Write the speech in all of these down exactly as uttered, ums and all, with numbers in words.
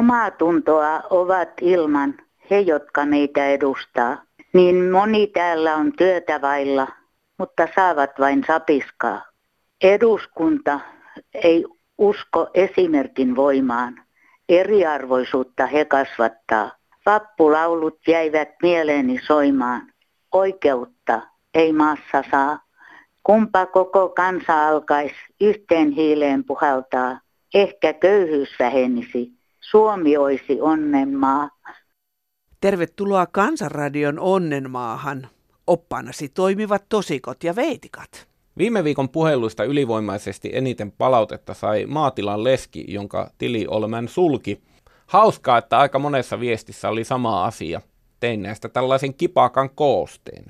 Omaa tuntoa ovat ilman he, jotka meitä edustaa. Niin moni täällä on työtä vailla, mutta saavat vain sapiskaa. Eduskunta ei usko esimerkin voimaan. Eriarvoisuutta he kasvattaa. Vappulaulut jäivät mieleeni soimaan. Oikeutta ei maassa saa. Kumpa koko kansa alkaisi yhteen hiileen puhaltaa. Ehkä köyhyys vähenisi. Suomi olisi onnenmaa. Tervetuloa Kansanradion Onnenmaahan. Oppaanasi toimivat tosikot ja veitikat. Viime viikon puheluista ylivoimaisesti eniten palautetta sai maatilan leski, jonka tili Olmän sulki. Hauskaa, että aika monessa viestissä oli sama asia. Tein näistä tällaisen kipakan koosteen.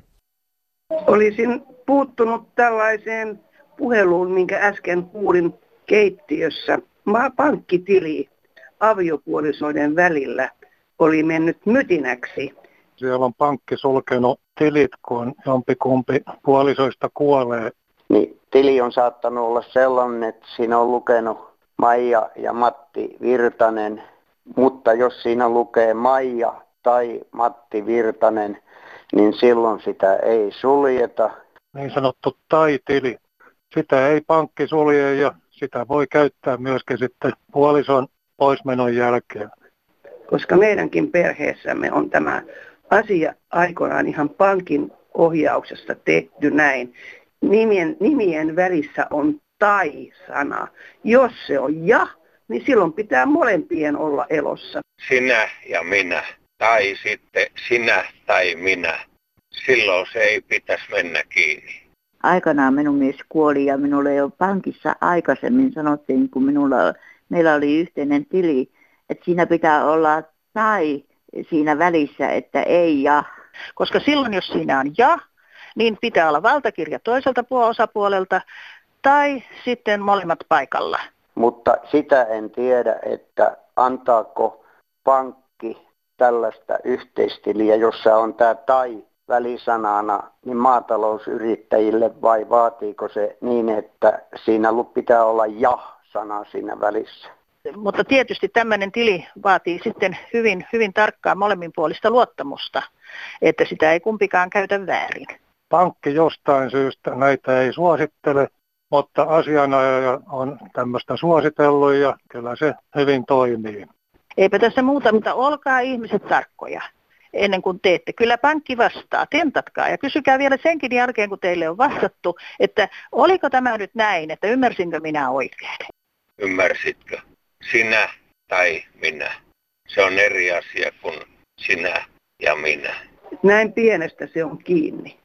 Olisin puuttunut tällaiseen puheluun, minkä äsken kuulin keittiössä. Pankkitili aviopuolisoiden välillä oli mennyt mytinäksi. Siellä on pankki sulkenut tilit, kun jompikumpi puolisoista kuolee. Niin, tili on saattanut olla sellainen, että siinä on lukenut Maija ja Matti Virtanen, mutta jos siinä lukee Maija tai Matti Virtanen, niin silloin sitä ei suljeta. Niin sanottu tai-tili. Sitä ei pankki sulje ja sitä voi käyttää myöskin sitten puolison poismenon jälkeen. Koska meidänkin perheessämme on tämä asia aikoinaan ihan pankin ohjauksesta tehty näin. Nimien, nimien välissä on tai-sana. Jos se on ja, niin silloin pitää molempien olla elossa. Sinä ja minä, tai sitten sinä tai minä. Silloin se ei pitäisi mennä kiinni. Aikanaan minun mies kuoli ja minulle jo pankissa aikaisemmin sanottiin, kun minulla, meillä oli yhteinen tili, että siinä pitää olla tai siinä välissä, että ei ja. Koska silloin, jos siinä on ja, niin pitää olla valtakirja toiselta osapuolelta tai sitten molemmat paikalla. Mutta sitä en tiedä, että antaako pankki tällaista yhteistiliä, jossa on tämä tai välisanana, niin maatalousyrittäjille vai vaatiiko se niin, että siinä pitää olla ja-sana siinä välissä? Mutta tietysti tämmöinen tili vaatii sitten hyvin, hyvin tarkkaa molemminpuolista luottamusta, että sitä ei kumpikaan käytä väärin. Pankki jostain syystä näitä ei suosittele, mutta asianajaja on tämmöistä suositellut ja kyllä se hyvin toimii. Eipä tässä muuta, mutta olkaa ihmiset tarkkoja ennen kuin teette. Kyllä pankki vastaa, tentatkaa ja kysykää vielä senkin jälkeen, kun teille on vastattu, että oliko tämä nyt näin, että ymmärsinkö minä oikein? Ymmärsitkö? Sinä tai minä. Se on eri asia kuin sinä ja minä. Näin pienestä se on kiinni.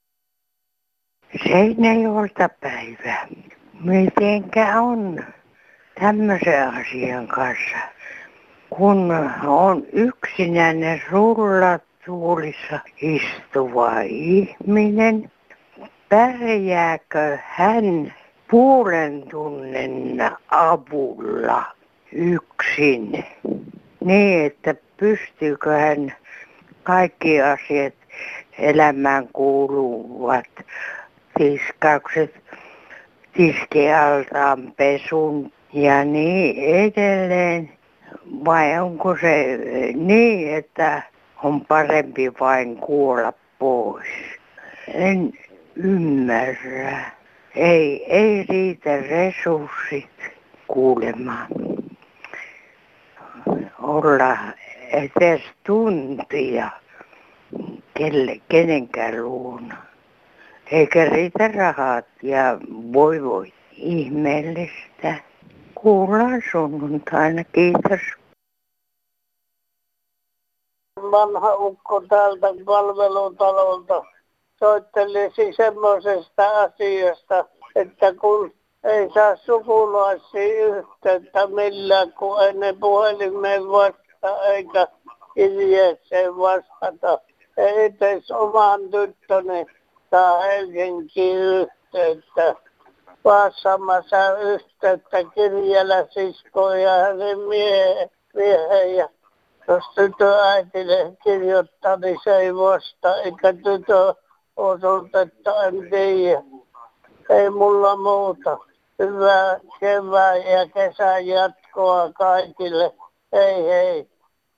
Seinäjoelta päivä. Mitenkä on tämmöisen asian kanssa, kun on yksinäinen rullatuolissa istuva ihminen, pärjääkö hän puolen tunnin avulla yksin niin, että pystyykö hän kaikki asiat elämään kuuluvat, tiskaukset, tiskialtaan pesun ja niin edelleen. Vai onko se niin, että on parempi vain kuolla pois? En ymmärrä. Ei, ei riitä resurssit kuulemaan. Olla edes tuntia kelle, kenenkään luona. Eikä riitä rahat ja voi voi. Ihmeellistä. Kuullaan sunnuntaina, kiitos. Vanha ukko täältä palvelutalolta soittelisi semmoisesta asiasta, että kun ei saa sukulaisia yhteyttä millään, kun ei ne puhelimeen vasta eikä kirjeeseen vastata. Ei edes oman tyttöni saa Helsinkiin yhteyttä. Vaassamassa yhteyttä kirjellä siskoon ja hänen miehen, miehen ja jos tytön äitille kirjoittaa, niin se ei vasta, eikä tytön osoitetta, en tiedä. Ei mulla muuta. Hyvää kevään ja kesän jatkoa kaikille. Hei hei.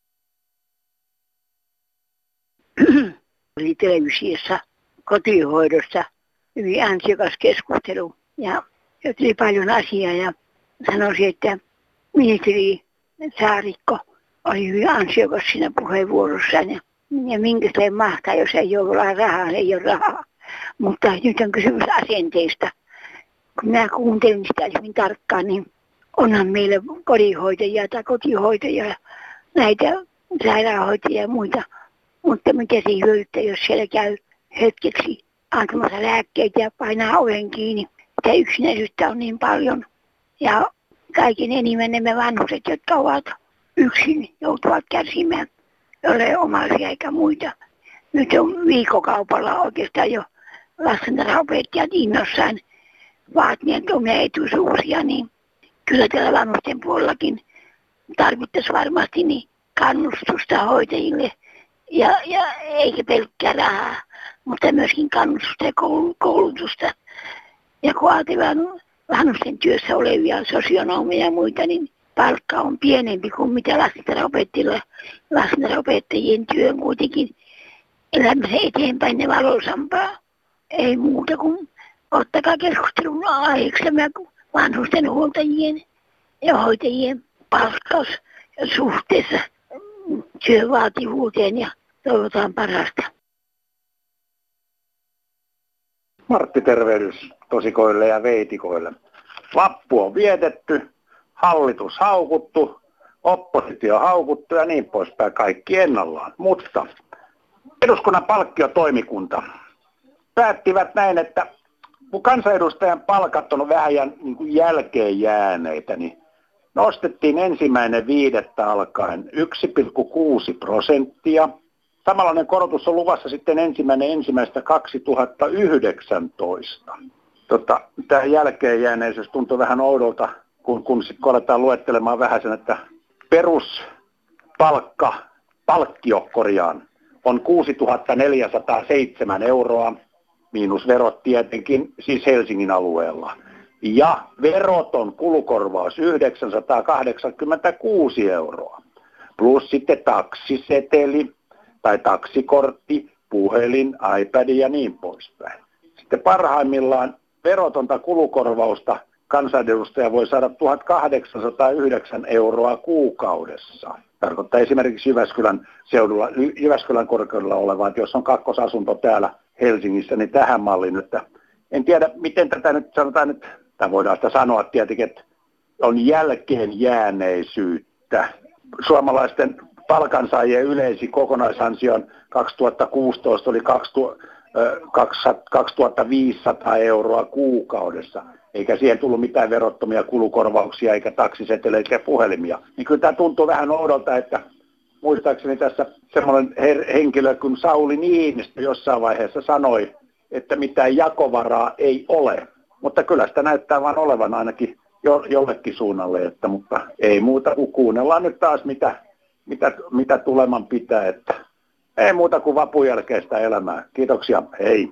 Oli televisiossa kotihoidossa hyvin ansiokas keskustelu ja tuli paljon asiaa ja sanoisin, että ministeri Saarikko oli hyvin ansiokas siinä puheenvuorossaan ja, ja minkä se mahtaa, jos ei ole rahaa, ei ole rahaa. Mutta nyt on kysymys asenteista. Kun minä kuuntelin sitä hyvin tarkkaan, niin onhan meillä kodinhoitajia tai kotihoitajia, näitä sairaanhoitajia ja muita. Mutta miten se hyödyttää, jos siellä käy hetkeksi antamassa lääkkeitä ja painaa oven kiinni. Sitä yksinäisyyttä on niin paljon. Ja kaiken enimmän nämä vanhukset, jotka ovat yksin, joutuvat kärsimään, joilla ei ole omaisia eikä muita. Nyt on viikkokaupalla oikeastaan jo lastentarhaopettajat innossaan vaatineet omia etuisuuksia, niin kyllä tällä vanhusten puolellakin tarvittaisiin varmasti niin kannustusta hoitajille. Ja, ja eikä pelkkää rahaa, mutta myöskin kannustusta ja koulutusta. Ja kun ajatellaan vanhusten työssä olevia sosionomeja ja muita, niin palkka on pienempi kuin mitä lastentarhaopettajilla. Lastentarhaopettajien työ on kuitenkin elämässä eteenpäin ja valoisampaa. Ei muuta kuin ottakaa keskustelun aiheeksi tämä vanhusten huoltajien ja hoitajien palkkaus suhteessa työvaativuuteen ja toivotaan parasta. Martti, tervehdys tosikoille ja veitikoille. Vappu on vietetty, hallitus haukuttu, oppositio haukuttu ja niin poispäin, kaikki ennallaan. Mutta eduskunnan palkkiotoimikunta päättivät näin, että kun kansanedustajan palkat on vähän niin kuin jälkeen jääneitä, niin nostettiin ensimmäinen viidettä alkaen yksi pilkku kuusi prosenttia. Samanlainen korotus on luvassa sitten ensimmäinen ensimmäistä kaksituhattayhdeksäntoista. Tota, tämä jälkeen jääneisyys tuntuu vähän oudolta, kun, kun sitten aletaan luettelemaan vähän sen, että peruspalkka, palkkio korjaan, on kuusituhattaneljäsataaseitsemän euroa, miinus verot tietenkin, siis Helsingin alueella. Ja veroton kulukorvaus yhdeksänsataakahdeksankymmentäkuusi euroa. Plus sitten taksiseteli tai taksikortti, puhelin, iPad ja niin poispäin. Sitten parhaimmillaan verotonta kulukorvausta kansanedustaja voi saada tuhatkahdeksansataayhdeksän euroa kuukaudessa. Tarkoittaa esimerkiksi Jyväskylän seudulla, Jyväskylän korkeudella olevaa, että jos on kakkosasunto täällä Helsingissä, niin tähän malliin, että en tiedä, miten tätä nyt sanotaan nyt, tai voidaan sitä sanoa tietenkin, että on jälkeen jääneisyyttä. Suomalaisten palkansaajien yleisin kokonaisansion kaksituhattakuusitoista oli kaksituhattaviisisataa euroa kuukaudessa, eikä siihen tullut mitään verottomia kulukorvauksia eikä taksiseteleitä ja puhelimia. Niin kyllä tämä tuntuu vähän oudolta, että muistaakseni tässä semmoinen her- henkilö kuin Sauli Niinistö jossain vaiheessa sanoi, että mitään jakovaraa ei ole. Mutta kyllä sitä näyttää vaan olevan ainakin jo- jollekin suunnalle, että, mutta ei muuta kuin kuunnellaan nyt taas mitä, mitä, mitä tuleman pitää, että ei muuta kuin vapun jälkeistä elämää. Kiitoksia, hei.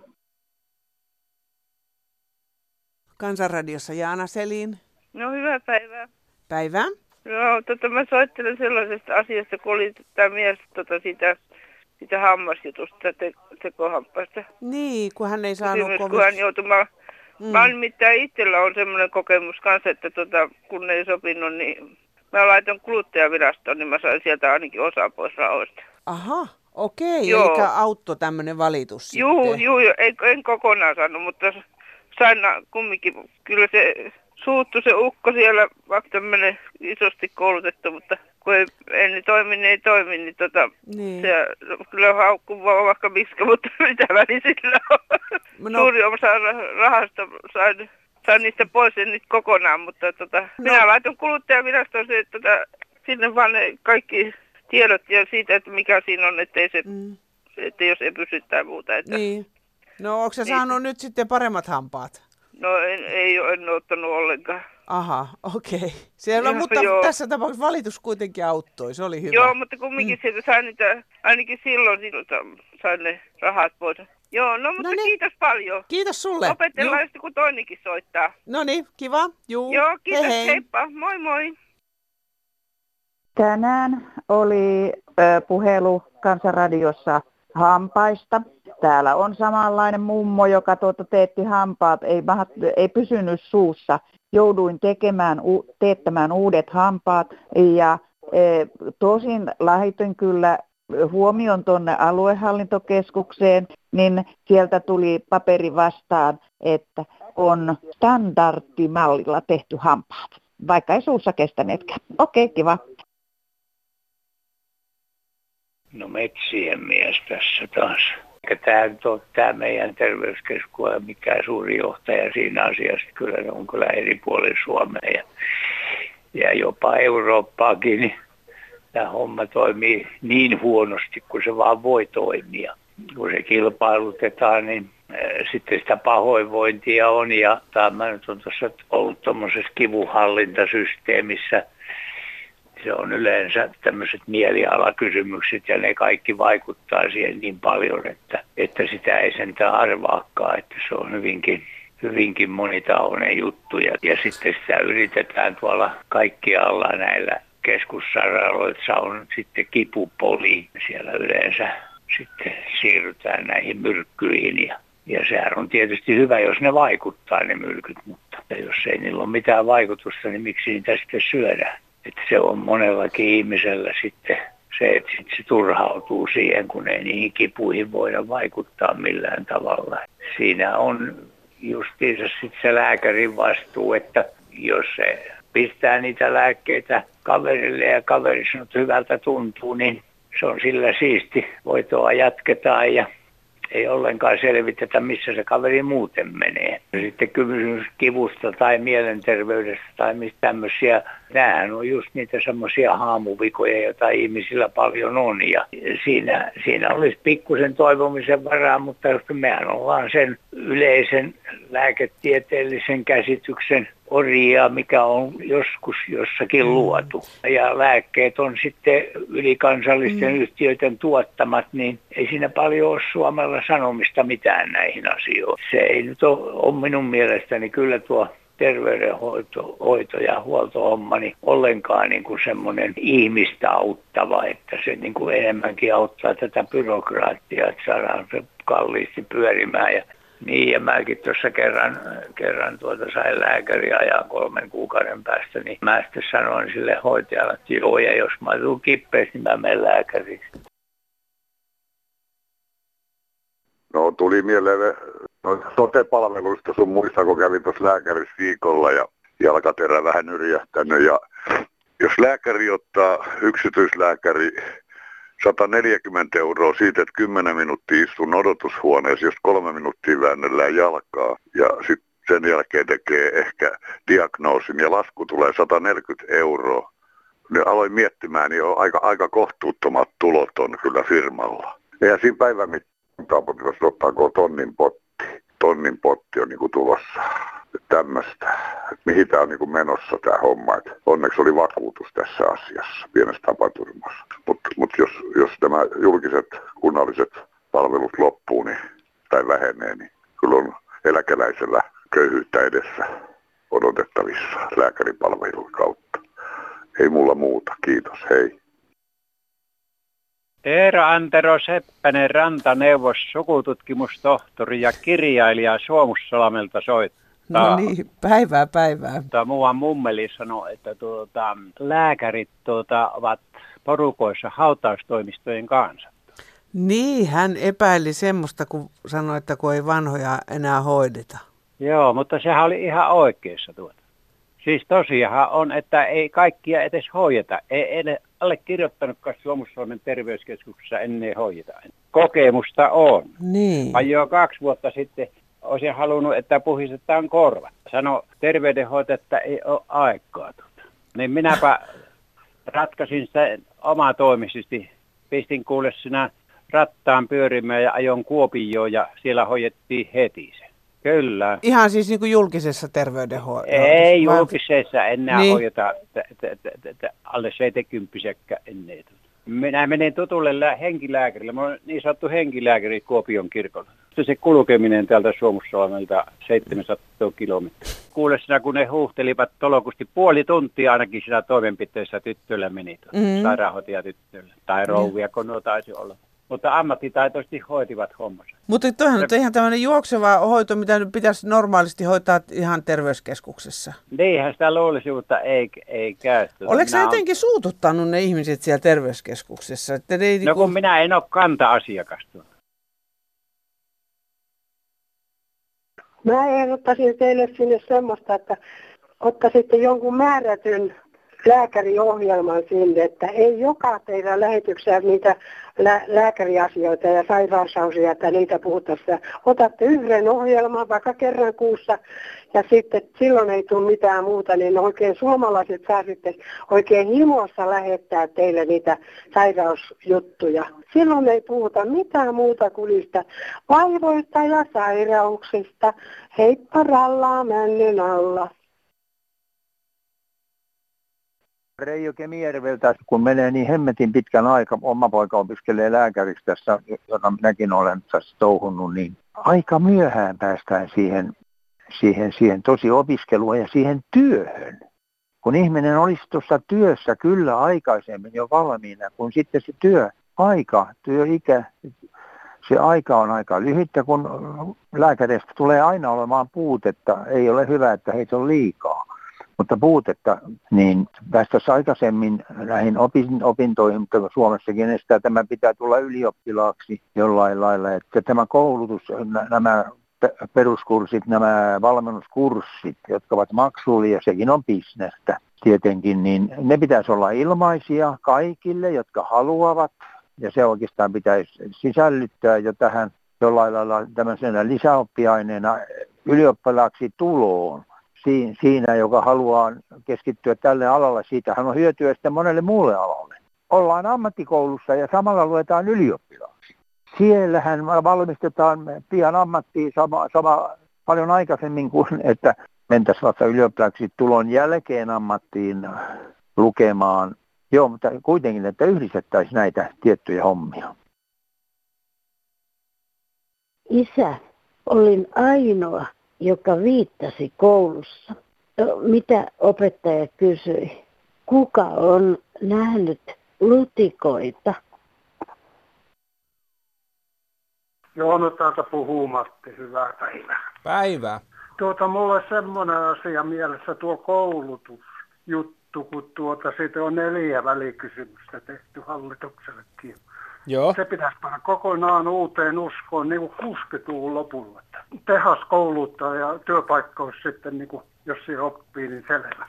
Kansanradiossa Jaana Selin. No hyvää päivää. Päivää. Joo, tota, mä soittelen sellaisesta asiasta, kun oli tämä mies tota, siitä, siitä hammasjutusta, te, tekohampaasta. Niin, kun hän ei saanut Kysymys, kovin... kun hän joutui, mä, mm. mä nimittäin itsellä on semmoinen kokemus kanssa, että tota, kun ei sopinut, niin mä laitoin kuluttajavirastoon, niin mä sain sieltä ainakin osa pois rahoista. Aha, okei, Joo. eli auttoi tämmöinen valitus Juu, sitten. juu, en, en kokonaan saanut, mutta sain kumminkin, kyllä se suuttui se ukko siellä, vaikka tämmöinen isosti koulutettu, mutta kun ei, en toimi, niin ei toimi, niin, tota, niin. Se kyllä haukkuu vaan vaikka miskä, mutta mitä väli sillä on. No. Suuri osa rahasta sain, sain niistä pois, en nyt kokonaan, mutta tota, no. Minä laitan kuluttajavirastoon se, että tota, sinne vaan ne kaikki tiedot ja siitä, että mikä siinä on, ettei se, mm. että jos ei pysy tai muuta. Että, niin. No onko sä niin. saanut nyt sitten paremmat hampaat? No en, ei ole, en ottanut ollenkaan. Aha, okei. Okay. Siellä, Joo, mutta joo. tässä tapauksessa valitus kuitenkin auttoi, se oli hyvä. Joo, mutta kumminkin mm. sieltä sain niitä, ainakin silloin, silloin sain ne rahat pois. Joo, no mutta Noniin. Kiitos paljon. Kiitos sulle. Opetellaan sitten, kun toinenkin soittaa. No niin, kiva. Juu. Joo, kiitos, hei, hei. Heippa. Moi moi. Tänään oli ö, puhelu Kansanradiossa hampaista. Täällä on samanlainen mummo, joka tuota teetti hampaat, ei, ei pysynyt suussa. Jouduin tekemään, teettämään uudet hampaat ja e, tosin lähetin kyllä huomion tuonne aluehallintokeskukseen, niin sieltä tuli paperi vastaan, että on standardimallilla tehty hampaat, vaikka ei suussa kestäneetkään. Okei, kiva. No metsien mies tässä taas. Tämä nyt on tämä meidän terveyskeskus ja mikään suuri johtaja siinä asiassa. Kyllä ne on kyllä eri puolilla Suomea ja, ja jopa Eurooppaakin. Niin tämä homma toimii niin huonosti, kun se vaan voi toimia. Kun se kilpailutetaan, niin sitten sitä pahoinvointia on. Ja tämä nyt on tuossa ollut tuommoisessa kivunhallintasysteemissä. Se on yleensä tämmöiset mielialakysymykset ja ne kaikki vaikuttaa siihen niin paljon, että, että sitä ei sentään arvaakaan, että se on hyvinkin, hyvinkin monitahoinen juttu. Ja, ja sitten sitä yritetään tuolla kaikkialla näillä keskussairaaloissa on sitten kipupoli. Siellä yleensä sitten siirrytään näihin myrkkyihin ja, ja sehän on tietysti hyvä, jos ne vaikuttaa ne myrkyt, mutta jos ei niillä ole mitään vaikutusta, niin miksi niitä sitten syödään? Että se on monellakin ihmisellä sitten se, että sit se turhautuu siihen, kun ei niihin kipuihin voida vaikuttaa millään tavalla. Siinä on justiinsa sitten se lääkärin vastuu, että jos se pistää niitä lääkkeitä kaverille ja kaveri sanoo, että hyvältä tuntuu, niin se on sillä siisti. Hoitoa jatketaan ja ei ollenkaan selvitetä, missä se kaveri muuten menee. Ja sitten kysymys kivusta tai mielenterveydestä tai mistä tämmöisiä. Nämähän on just niitä semmoisia haamuvikoja, joita ihmisillä paljon on. Ja siinä, siinä olisi pikkusen toivomisen varaa, mutta mehän ollaan sen yleisen lääketieteellisen käsityksen orjia, mikä on joskus jossakin luotu. Ja lääkkeet on sitten ylikansallisten mm. yhtiöiden tuottamat, niin ei siinä paljon ole Suomella sanomista mitään näihin asioihin. Se ei nyt ole, on minun mielestäni kyllä tuo terveydenhoito hoito ja huoltohomma niin ollenkaan niin kuin semmoinen ihmistä auttava, että se niin kuin enemmänkin auttaa tätä byrokraattia, että saadaan se kalliisti pyörimään. Ja niin, ja mäkin tuossa kerran, kerran tuota sain lääkäri ajaa kolmen kuukauden päästä, niin mä sitten sanoin sille hoitajalle, että joo, ja jos mä tuun kippeästi, niin mä menen lääkäriksi. No tuli mieleen no, sote-palveluista sun muista, kun kävin tuossa lääkärissä viikolla ja jalkaterä vähän yrjähtänyt. Ja jos lääkäri ottaa, yksityislääkäri, sata neljäkymmentä euroa siitä, että kymmenen minuuttia istun odotushuoneessa, jos kolme minuuttia väännellään jalkaa. Ja sitten sen jälkeen tekee ehkä diagnoosin ja lasku tulee sata neljäkymmentä euroa. Niin aloin miettimään, niin on aika, aika kohtuuttomat tulot on kyllä firmalla. Eihän siinä päivän mittaan potilas ottaako tonnin potti. Tonnin potti on niin kuin tulossa. Tämmöistä. Mihin tämä on niin kuin menossa tämä homma. Et onneksi oli vakuutus tässä asiassa, pienessä tapaturmassa. Mutta mut jos, jos nämä julkiset kunnalliset palvelut loppuu niin, tai vähenee, niin kyllä on eläkeläisellä köyhyyttä edessä odotettavissa lääkäripalvelun kautta. Ei mulla muuta. Kiitos. Hei. Eero Antero Seppänen, rantaneuvos, sukututkimustohtori ja kirjailija Suomussalmelta soittaa. No niin, päivää päivää. Muuan mummeli sanoi, että tuota, lääkärit tuota, ovat porukoissa hautaustoimistojen kanssa. Niin, hän epäili semmoista, kun sanoi, että kun ei vanhoja enää hoideta. Joo, mutta sehän oli ihan oikeassa tuota. Siis tosiaan on, että ei kaikkia edes hoideta. Ei, ei allekirjoittanutkaan Suomussalmen terveyskeskuksessa ennen hoideta. Kokemusta on. Niin. Vaan jo kaksi vuotta sitten olisin halunnut, että puhistetaan korvat. Sano terveydenhoito, että ei ole aikaa. Tuota. Niin minäpä ratkaisin sitä omatoimisesti. Pistin kuule sinä rattaan pyörimään ja ajon Kuopioon ja siellä hoidettiin heti se. Kyllä. Ihan siis niin kuin julkisessa terveydenhoidossa? Ei vai? Julkisessa enää niin. Hoideta t- t- t- alle seitsemänkymmentäkään ennen. Minä menen tutulle henkilääkärille. Mä olen niin sanottu henkilääkäri Kuopion kirkolla. pitkä se kulkeminen täältä Suomussalmelta seitsemänsataa kilometriä. Kuule sinä, kun ne huuhtelivat tolokusti puoli tuntia ainakin siinä toimenpiteessä tyttöllä meni, mm. sairaanhoitajatyttöllä. Tai rouvia, kun nuo taisi olla. Mutta ammattitaitoisesti hoitivat hommansa. Mutta toihan on ihan tämmöinen juokseva hoito, mitä nyt pitäisi normaalisti hoitaa ihan terveyskeskuksessa. Niinhän sitä luulisi, mutta ei, ei käy. Oletko sä jotenkin on... suututtanut ne ihmiset siellä terveyskeskuksessa? Että ne ei, no kun kun minä en ole kanta-asiakas. Mä ehdottaisin teille sinne semmoista, että ottaisitte jonkun määrätyn lääkäriohjelman sinne, että ei joka teidän lähetyksessä niitä lä- lääkäriasioita ja sairausasioita, että niitä puhuttaisiin. Otatte yhden ohjelman vaikka kerran kuussa ja sitten silloin ei tule mitään muuta, niin oikein suomalaiset saa sitten oikein himossa lähettää teille niitä sairausjuttuja. Silloin ei puhuta mitään muuta kuin niistä vaivoista ja sairauksista. Heippa rallaa männyn alla. Reijo Kemijärveltä, kun menee niin hemmetin pitkän aika, oma poika opiskelee lääkäriksi tässä, jota minäkin olen tässä touhunnut, niin aika myöhään päästään siihen, siihen, siihen tosi opiskeluun ja siihen työhön. Kun ihminen olisi tuossa työssä kyllä aikaisemmin jo valmiina, kun sitten se työaika, työikä, se aika on aika lyhyttä, kun lääkäreistä tulee aina olemaan puutetta. Ei ole hyvä, että heitä on liikaa. Mutta puutetta, niin päästäisiin aikaisemmin näihin opintoihin, mutta Suomessakin että tämä pitää tulla ylioppilaaksi jollain lailla, että tämä koulutus, nämä peruskurssit, nämä valmennuskurssit, jotka ovat maksullisia, sekin on bisnestä tietenkin, niin ne pitäisi olla ilmaisia kaikille, jotka haluavat, ja se oikeastaan pitäisi sisällyttää jo tähän jollain lailla tämmöisenä lisäoppiaineena ylioppilaaksi tuloon. Siinä, joka haluaa keskittyä tälle alalle, siitähän on hyötyä sitten monelle muulle alalle. Ollaan ammattikoulussa ja samalla luetaan ylioppilaaksi. Siellähän valmistetaan pian ammattiin sama, sama paljon aikaisemmin kuin, että mentäisiin vasta ylioppilaaksi tulon jälkeen ammattiin lukemaan. Joo, mutta kuitenkin, että yhdistettäisiin näitä tiettyjä hommia. Isä, olin ainoa, joka viittasi koulussa. Mitä opettaja kysyi? Kuka on nähnyt lutikoita? Joo, no täältä puhuu Matti. Hyvää päivää. Päivää. Tuota, mulla on semmoinen asia mielessä tuo koulutusjuttu, kun tuota, siitä on neljä välikysymystä tehty hallituksellekin. Joo. Se pitäisi panna kokonaan uuteen uskoon niin kuin kuusikymmentäluvun lopulla. Tehas kouluttaa ja työpaikka olisi sitten, niin kuin, jos se oppii, niin selvä.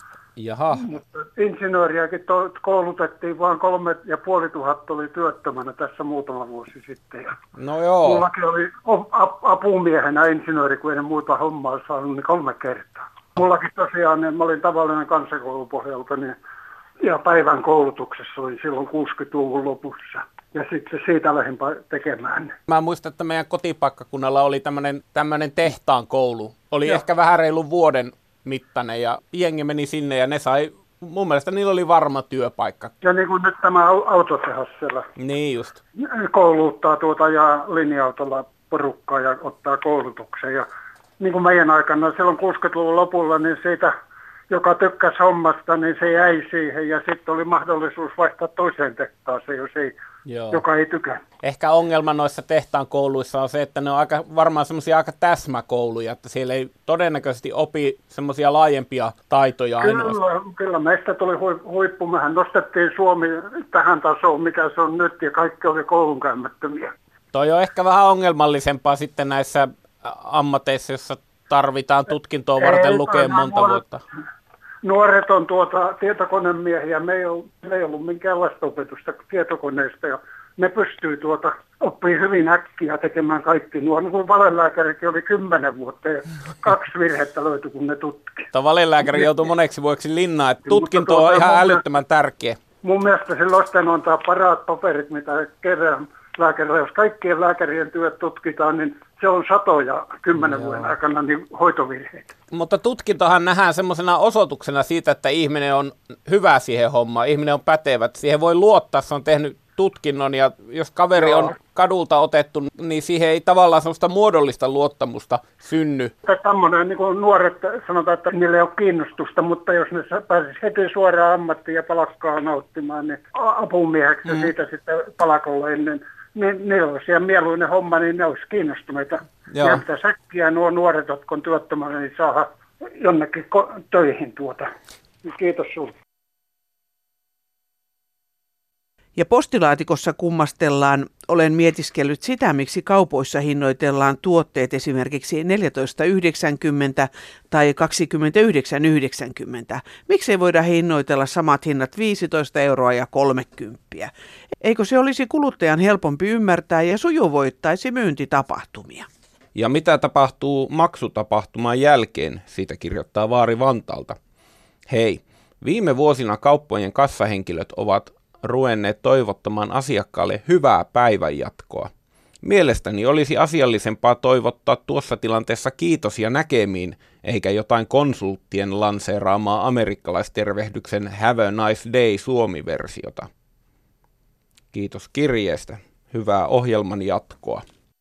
Jaha. Mutta insinööriäkin to- koulutettiin, vaan kolme ja puoli tuhatta oli työttömänä tässä muutama vuosi sitten. Ja no joo. Mullakin oli apumiehenä insinööri, kun en muuta hommaa saanut, niin kolme kertaa. Mullakin tosiaan, niin mä olin tavallinen kansakoulupohjalta, niin, ja päivän koulutuksessa oli silloin kuusikymmentäluvun lopussa. Ja sitten siitä lähdin tekemään. Mä muistan, että meidän kotipaikkakunnalla oli tämmöinen, tämmöinen tehtaan koulu. Oli Joo. ehkä vähän reilun vuoden mittainen ja jengi meni sinne ja ne sai, mun mielestä niillä oli varma työpaikka. Ja niin kuin nyt tämä autotehas siellä. Niin just. Kouluttaa tuota ja linja-autolla porukkaa ja ottaa koulutuksen. Ja niin kuin meidän aikana silloin kuusikymmentäluvun lopulla, niin siitä, joka tykkäsi hommasta, niin se jäi siihen ja sitten oli mahdollisuus vaihtaa toiseen tehtaaseen, jos ei, joka ei tykännyt. Ehkä ongelma noissa tehtaan kouluissa on se, että ne on aika, varmaan semmoisia aika täsmäkouluja, että siellä ei todennäköisesti opi semmoisia laajempia taitoja ainoastaan. Kyllä, kyllä meistä tuli huippu. Mehän nostettiin Suomi tähän tasoon, mikä se on nyt, ja kaikki oli koulunkäymättömiä. Toi on ehkä vähän ongelmallisempaa sitten näissä ammateissa, jossa tarvitaan tutkintoa varten ei, lukea monta nuoret, vuotta. Nuoret on tuota tietokonemiehiä. Me ei ollut, me ei ollut minkäänlaista opetusta tietokoneista ja ne pystyy tuota oppii hyvin äkkiä tekemään kaikki. Nuo kun valelääkärikin oli kymmenen vuotta ja kaksi virhettä löytyi, kun ne tutki. Tuo valelääkäri joutui moneksi vuodeksi linnaan, että tutkinto tuota, on ihan älyttömän mielestä, tärkeä. Mun mielestä silloin sitten on tämä paraat paperit, mitä kerran lääkärillä, jos kaikkien lääkärien työt tutkitaan, niin se on satoja kymmenen Joo. vuoden aikana niin hoitovirheitä. Mutta tutkintohan nähdään semmoisena osoituksena siitä, että ihminen on hyvä siihen hommaan, ihminen on pätevä, siihen voi luottaa, se on tehnyt tutkinnon ja jos kaveri Joo. on kadulta otettu, niin siihen ei tavallaan sellaista muodollista luottamusta synny. Tämmöinen niin kuin nuoret sanotaan, että niillä ei ole kiinnostusta, mutta jos ne pääsisi heti suoraan ammattiin ja palakkaa nauttimaan, niin apumieheksi mm. siitä sitten palakolla ennen, niin niillä olisi ihan mieluinen homma, niin ne olisi kiinnostuneita. Joo. Ja mitä säkkiä nuo nuoret, jotka on työttömänä, niin saada jonnekin ko- töihin tuota. Kiitos sinulle. Ja postilaatikossa kummastellaan, olen mietiskellyt sitä, miksi kaupoissa hinnoitellaan tuotteet esimerkiksi neljätoista yhdeksänkymmentä tai kaksikymmentäyhdeksän yhdeksänkymmentä. Miksei voida hinnoitella samat hinnat viisitoista euroa ja kolmekymmentä? Eikö se olisi kuluttajan helpompi ymmärtää ja sujuvoittaisi myyntitapahtumia? Ja mitä tapahtuu maksutapahtuman jälkeen, siitä kirjoittaa Vaari Vantaalta. Hei, viime vuosina kauppojen kassahenkilöt ovat ruvenneet toivottamaan asiakkaalle hyvää päivänjatkoa. Mielestäni olisi asiallisempaa toivottaa tuossa tilanteessa kiitos ja näkemiin, eikä jotain konsulttien lanseeraamaa amerikkalaistervehdyksen Have a nice day Suomi-versiota. Kiitos kirjeestä. Hyvää ohjelman jatkoa.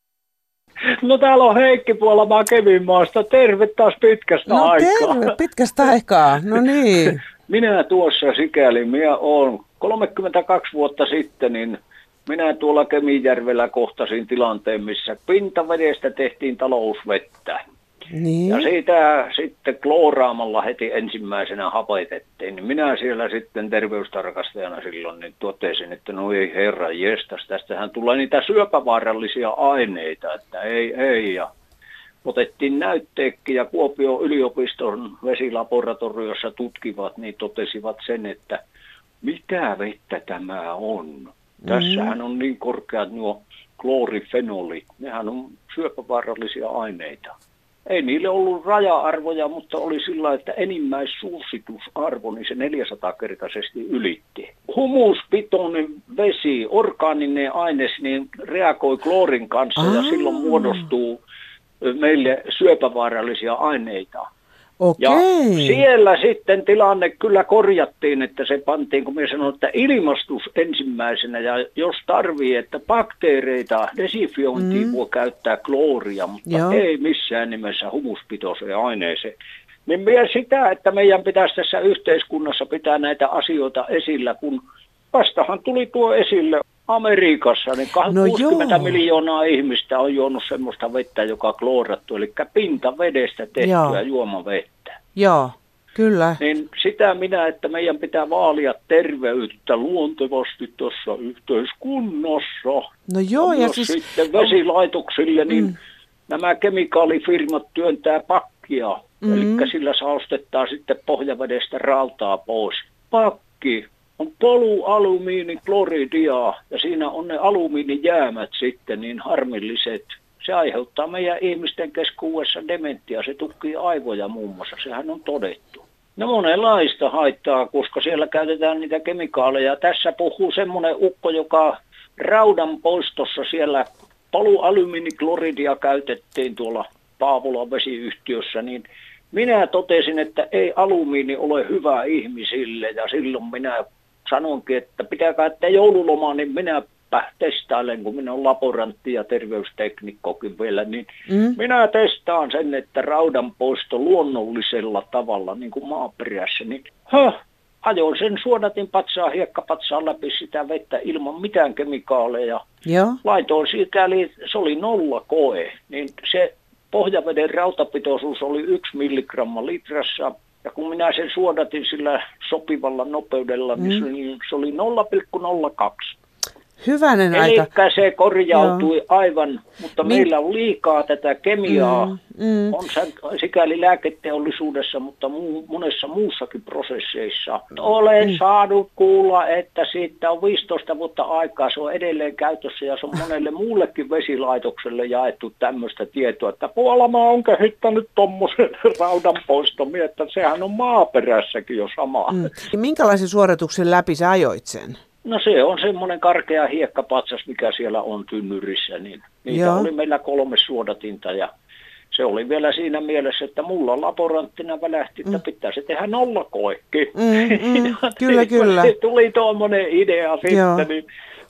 No täällä on Heikki Puolamaa Kevinmaasta. Terve taas pitkästä no, aikaa. No terve pitkästä aikaa. No niin. Minä tuossa sikäli, minä olen kolmekymmentäkaksi vuotta sitten, niin minä tuolla Kemijärvellä kohtasin tilanteen, missä pintavedestä tehtiin talousvettä. Niin. Ja siitä sitten klooraamalla heti ensimmäisenä hapetettiin. Niin minä siellä sitten terveystarkastajana silloin niin totesin, että no ei herra jestas, tästähän tulee niitä syöpävaarallisia aineita, että ei, ei. Ja otettiin näytteekki ja Kuopion yliopiston vesilaboratoriossa tutkivat, niin totesivat sen, että mitä vettä tämä on. Mm-hmm. Tässähän on niin korkeat nuo kloorifenolit, nehän on syöpävaarallisia aineita. Ei niille ollut raja-arvoja, mutta oli sillä, että enimmäissuositusarvo, niin se neljäsataakertaisesti ylitti. Humuspitoinen vesi, orgaaninen aines, niin reagoi kloorin kanssa Aa. ja silloin muodostuu meille syöpävaarallisia aineita. Okei. Ja siellä sitten tilanne kyllä korjattiin, että se pantiin, kun minä sanoin, että ilmastus ensimmäisenä, ja jos tarvii, että bakteereita desifiointiin mm. voi käyttää klooria, mutta Joo. ei missään nimessä humuspitoiseen aineeseen. Niin minä sitä, että meidän pitäisi tässä yhteiskunnassa pitää näitä asioita esillä, kun vastahan tuli tuo esille Amerikassa, niin no kuusikymmentä joo. miljoonaa ihmistä on juonut semmoista vettä, joka on kloorattu, eli pintavedestä tehtyä joo. juomavettä. Joo, kyllä. Niin sitä minä, että meidän pitää vaalia terveyttä luontevasti tuossa yhteiskunnassa. No joo, ja, ja siis sitten vesilaitoksille, niin mm. nämä kemikaalifirmat työntää pakkia, mm. eli sillä saostettaa sitten pohjavedestä rautaa pois. Pakki on polyalumiinikloridia ja siinä on ne alumiinijäämät sitten niin harmilliset. Se aiheuttaa meidän ihmisten keskuudessa dementia, se tukkii aivoja muun muassa, sehän on todettu. No monenlaista haittaa, koska siellä käytetään niitä kemikaaleja. Tässä puhuu semmoinen ukko, joka raudan poistossa siellä polyalumiinikloridia käytettiin tuolla Paavolan vesiyhtiössä, niin minä totesin, että ei alumiini ole hyvä ihmisille ja silloin minä sanonkin, että pitää käyttää joululomaa, niin minäpä testailen, kun minä olen laborantti ja terveysteknikkokin vielä, niin mm. minä testaan sen, että raudan poisto luonnollisella tavalla, niin kuin maaperässä, niin höh, ajoin sen suodatin patsaan, hiekkapatsaan läpi sitä vettä ilman mitään kemikaaleja. Joo. Laitoin sikäli, se oli nolla koe, niin se pohjaveden rautapitoisuus oli yksi milligramma litrassa, ja kun minä sen suodatin sillä sopivalla nopeudella, mm. niin se, niin se oli nolla pilkku nolla kaksi. Hyvänen Elikkä aika. se korjautui Joo. aivan, mutta Min... meillä on liikaa tätä kemiaa, mm, mm. on sikäli lääketeollisuudessa, mutta muu, monessa muussakin prosesseissa. Olen mm. saanut kuulla, että siitä on viisitoista vuotta aikaa, se on edelleen käytössä ja se on monelle muullekin vesilaitokselle jaettu tämmöistä tietoa, että Puolamaa on kehittänyt tuommoisen raudan poistomia, että sehän on maaperässäkin jo sama. Mm. Minkälaisen suorituksen läpi sä ajoit sen? No se on semmoinen karkea hiekkapatsas, mikä siellä on tynnyrissä, niin niitä Joo. oli meillä kolme suodatinta ja se oli vielä siinä mielessä, että mulla laboranttina välähti, että mm. pitää se tehdä nollakoekki. Mm, mm, kyllä, kyllä. Tuli tuommoinen idea sitten, Joo. niin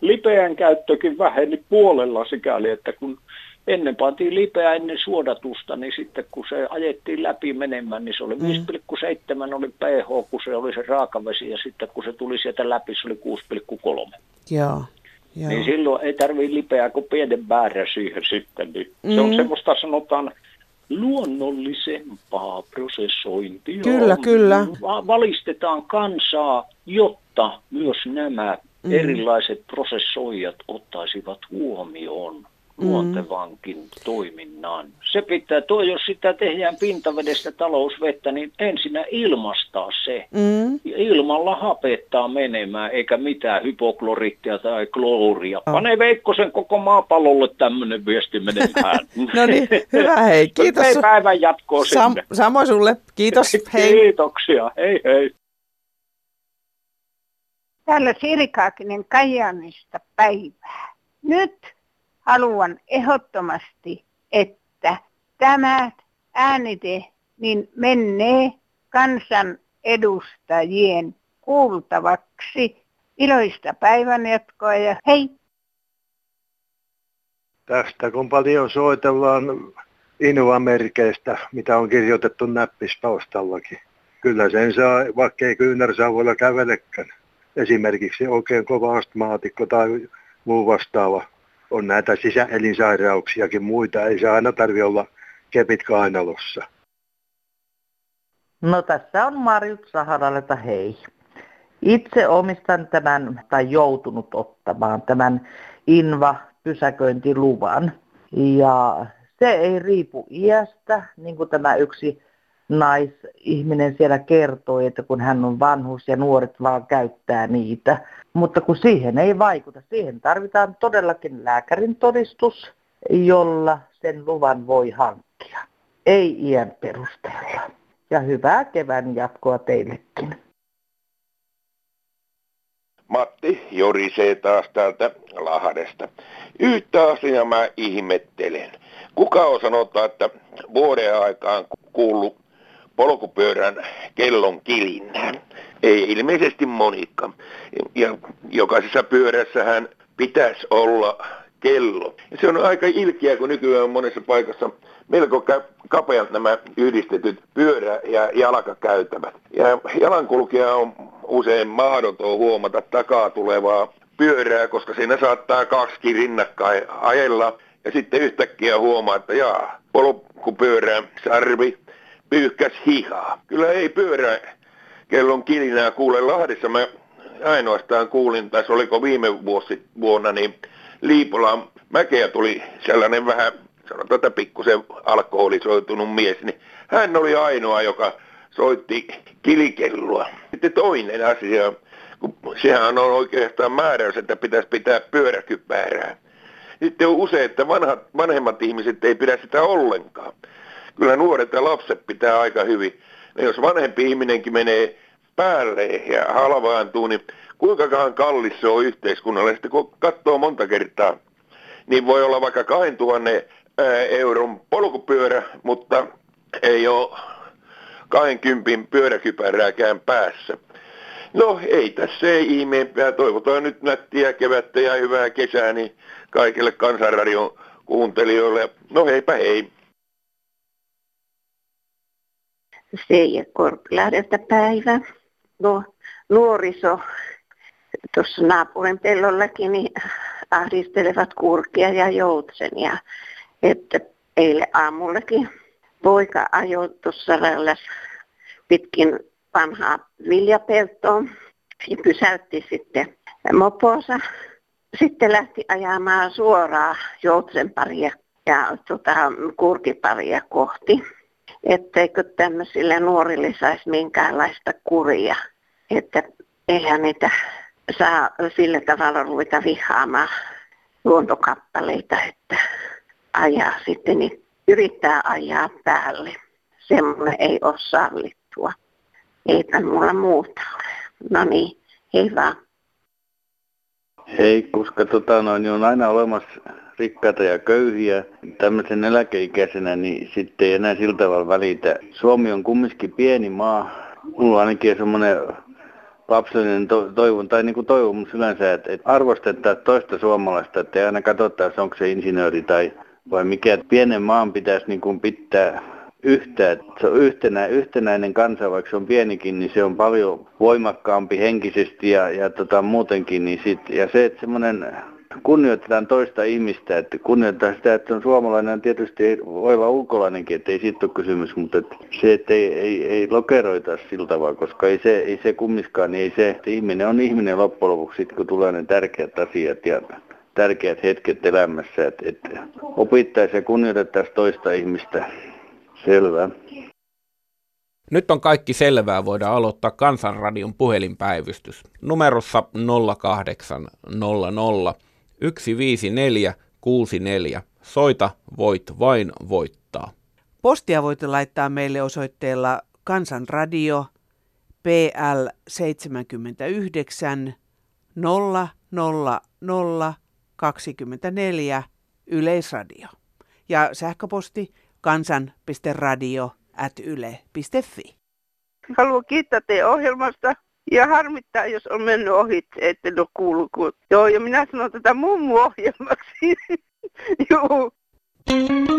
lipeän käyttökin väheni puolella sikäli, että kun ennen pantiin lipeä ennen suodatusta, niin sitten kun se ajettiin läpi menemään, niin se oli viisi pilkku seitsemän oli pH, kun se oli se raakavesi, ja sitten kun se tuli sieltä läpi, se oli kuusi pilkku kolme. Joo. Joo. Niin silloin ei tarvitse lipeää kuin pienen määrän siihen sitten. Niin mm. Se on semmoista, sanotaan, luonnollisempaa prosessointia. Kyllä, kyllä. Valistetaan kansaa, jotta myös nämä mm. erilaiset prosessoijat ottaisivat huomioon luontevankin toiminnan. Se pitää, tuo jos sitä tehdään pintavedestä talousvettä, niin ensinnä ilmastaa se. Mm. Ilmalla hapettaa menemään, eikä mitään hypokloriittia tai klooria. Oh. Pane Veikkosen koko maapallolle tämmöinen viesti menemään. No niin, hyvä hei. Kiitos. Hei, päivän jatkoa sinne. Sam- samoin sulle. Kiitos. Hei. Kiitoksia. Hei hei. Täällä Sirikaakinen Kajaanista päivää. Nyt haluan ehdottomasti, että tämä äänite niin menee kansanedustajien kuultavaksi. Iloista päivänjatkoa ja hei! Tästä kun paljon soitellaan invamerkeistä, mitä on kirjoitettu näppispaustallakin. Kyllä sen saa, vaikka ei kyynärsauvoilla kävelekään. Esimerkiksi oikein kova astmaatikko tai muu vastaava. On näitä sisäelinsairauksiakin muita, ei se aina tarvitse olla kepit kainalossa. No tässä on Marjut Saharalta, hei. Itse omistan tämän, tai joutunut ottamaan tämän Inva-pysäköintiluvan. Ja se ei riipu iästä, niin kuin tämä yksi naisihminen siellä kertoi, että kun hän on vanhus ja nuoret vaan käyttää niitä. Mutta kun siihen ei vaikuta, siihen tarvitaan todellakin lääkärin todistus, jolla sen luvan voi hankkia. Ei iän perusteella. Ja hyvää kevään jatkoa teillekin. Matti jorisee taas täältä Lahdesta. Yhtä asiaa mä ihmettelen. Kuka on sanottu, että vuoden aikaan kuullut polkupyörän kellon kilinnään? Ei ilmeisesti Monikka. Ja jokaisessa pyörässähän pitäisi olla kello. Ja se on aika ilkeä, kun nykyään on monessa paikassa melko kapeat nämä yhdistetyt pyörä- ja jalkakäytävät. Ja jalankulkija on usein mahdoton huomata takaa tulevaa pyörää, koska siinä saattaa kaksi rinnakkain ajella. Ja sitten yhtäkkiä huomaa, että jaa, polkupyörä, sarvi, pyyhkäs hihaa. Kyllä ei pyörä kellon kilinää kuule. Lahdessa mä ainoastaan kuulin, tai oliko viime vuosi, vuonna, niin Liipolan mäkeä tuli sellainen vähän, sanotaan, että pikkusen alkoholisoitunut mies, niin hän oli ainoa, joka soitti kilikelloa. Sitten toinen asia, kun sehän on oikeastaan määräys, että pitäisi pitää pyöräkypärää. Sitten on usein, että vanhat, vanhemmat ihmiset ei pidä sitä ollenkaan. Kyllä nuoret ja lapset pitää aika hyvin. Ja jos vanhempi ihminenkin menee päälle ja halvaantuu, niin kuinkakaan kallis se on yhteiskunnalle. Sitten kun katsoo monta kertaa, niin voi olla vaikka kahdentuhannen euron polkupyörä, mutta ei ole kahdenkympin pyöräkypärääkään päässä. No ei tässä ei ihmeempää. Toivotaan nyt nättiä kevättä ja hyvää kesää niin kaikille Kansanradion kuuntelijoille. No heipä hei. Seija Korpilahdelta päivä. No, nuoriso tuossa naapurin pellollakin niin ahdistelevat kurkia ja joutsenia. Että eilen aamullakin poika ajoi tuossa pitkin vanhaa viljapeltoa ja pysäytti sitten mopoonsa. Sitten lähti ajamaan suoraan joutsenparia ja tota, kurkiparia kohti. Etteikö tämmöisille nuorille saisi minkäänlaista kuria. Että eihän niitä saa sillä tavalla ruveta vihaamaan luontokappaleita, että ajaa sitten, niin yrittää ajaa päälle. Semmoinen ei ole sallittua. Eipä mulla muuta ole. No niin, hei vaan. Hei, koska tota noin, on aina olemassa rikkaita ja köyhiä. Tämmöisen eläkeikäisenä, niin sitten ei enää sillä tavalla välitä. Suomi on kumminkin pieni maa. Mulla on ainakin semmoinen lapsellinen to- toivon, tai niin kuin toivomus yleensä, että, että arvostetaan toista suomalaista, että ei aina katsottaisi, onko se insinööri tai vai mikä. Pienen maan pitäisi niin kuin pitää yhtä, että se on yhtenä, yhtenäinen kansa, vaikka se on pienikin, niin se on paljon voimakkaampi henkisesti ja, ja tota, muutenkin. Niin sit, ja se, että semmoinen kunnioitetaan toista ihmistä, että kunnioitetaan sitä, että on suomalainen, tietysti ei, voi olla ulkolainenkin, että ei siitä ole kysymys, mutta että se, että ei, ei, ei lokeroita sillä tavalla, koska ei se, ei se kummiskaan, niin ei se, että ihminen on ihminen loppujen lopuksi, sit, kun tulee ne tärkeät asiat ja tärkeät hetket elämässä, että, että opittaisiin ja kunnioitettaisiin toista ihmistä. Selvä. Nyt on kaikki selvää, voidaan aloittaa Kansanradion puhelinpäivystys. Numerossa nolla kahdeksan nolla nolla yksi viisi neljä kuusi neljä. Soita, voit vain voittaa. Postia voitte laittaa meille osoitteella Kansanradio P L seitsemänkymmentäyhdeksän nolla nolla nolla kaksikymmentäneljä Yleisradio. Ja sähköposti kansan piste radio ät yle piste fi. Haluan kiittää teidän ohjelmasta ja harmittaa, jos on mennyt ohi, ette ole kuullut. Joo, ja minä sanon tätä mummu-ohjelmaksi. Joo.